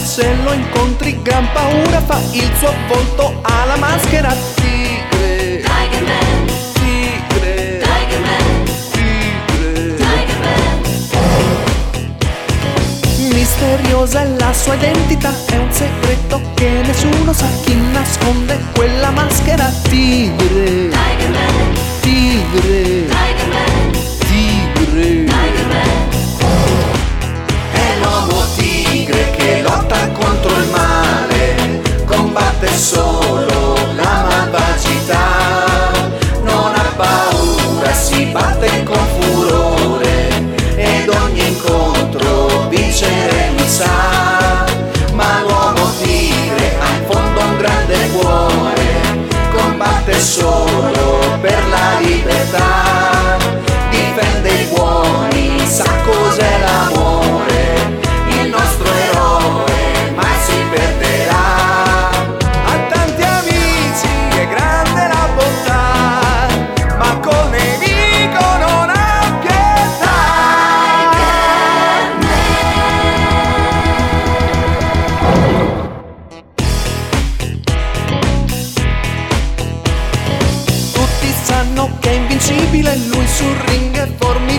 se lo incontri gran paura fa, il suo volto ha la maschera tigre. Tiger Man, Tigre, Tiger Man, tigre. Tiger Man. Misteriosa è la sua identità, è un segreto che nessuno sa, chi nasconde quella maschera tigre. Tiger Man, Tigre, Tiger Man, tigre. Tiger Man. È l'uomo tigre che lotta contro il male, combatte solo la malvagità, non ha paura, si batte con furore ed ogni incontro vincere mi sa. Ma l'uomo tigre ha in fondo un grande cuore, combatte solo per la libertà, difende i buoni, sa cos'è l'amore, il nostro eroe mai si perderà. Ha tanti amici, è grande la bontà, ma col nemico non ha pietà. Tutti sanno che è invincibile, lui sul ring è formidabile.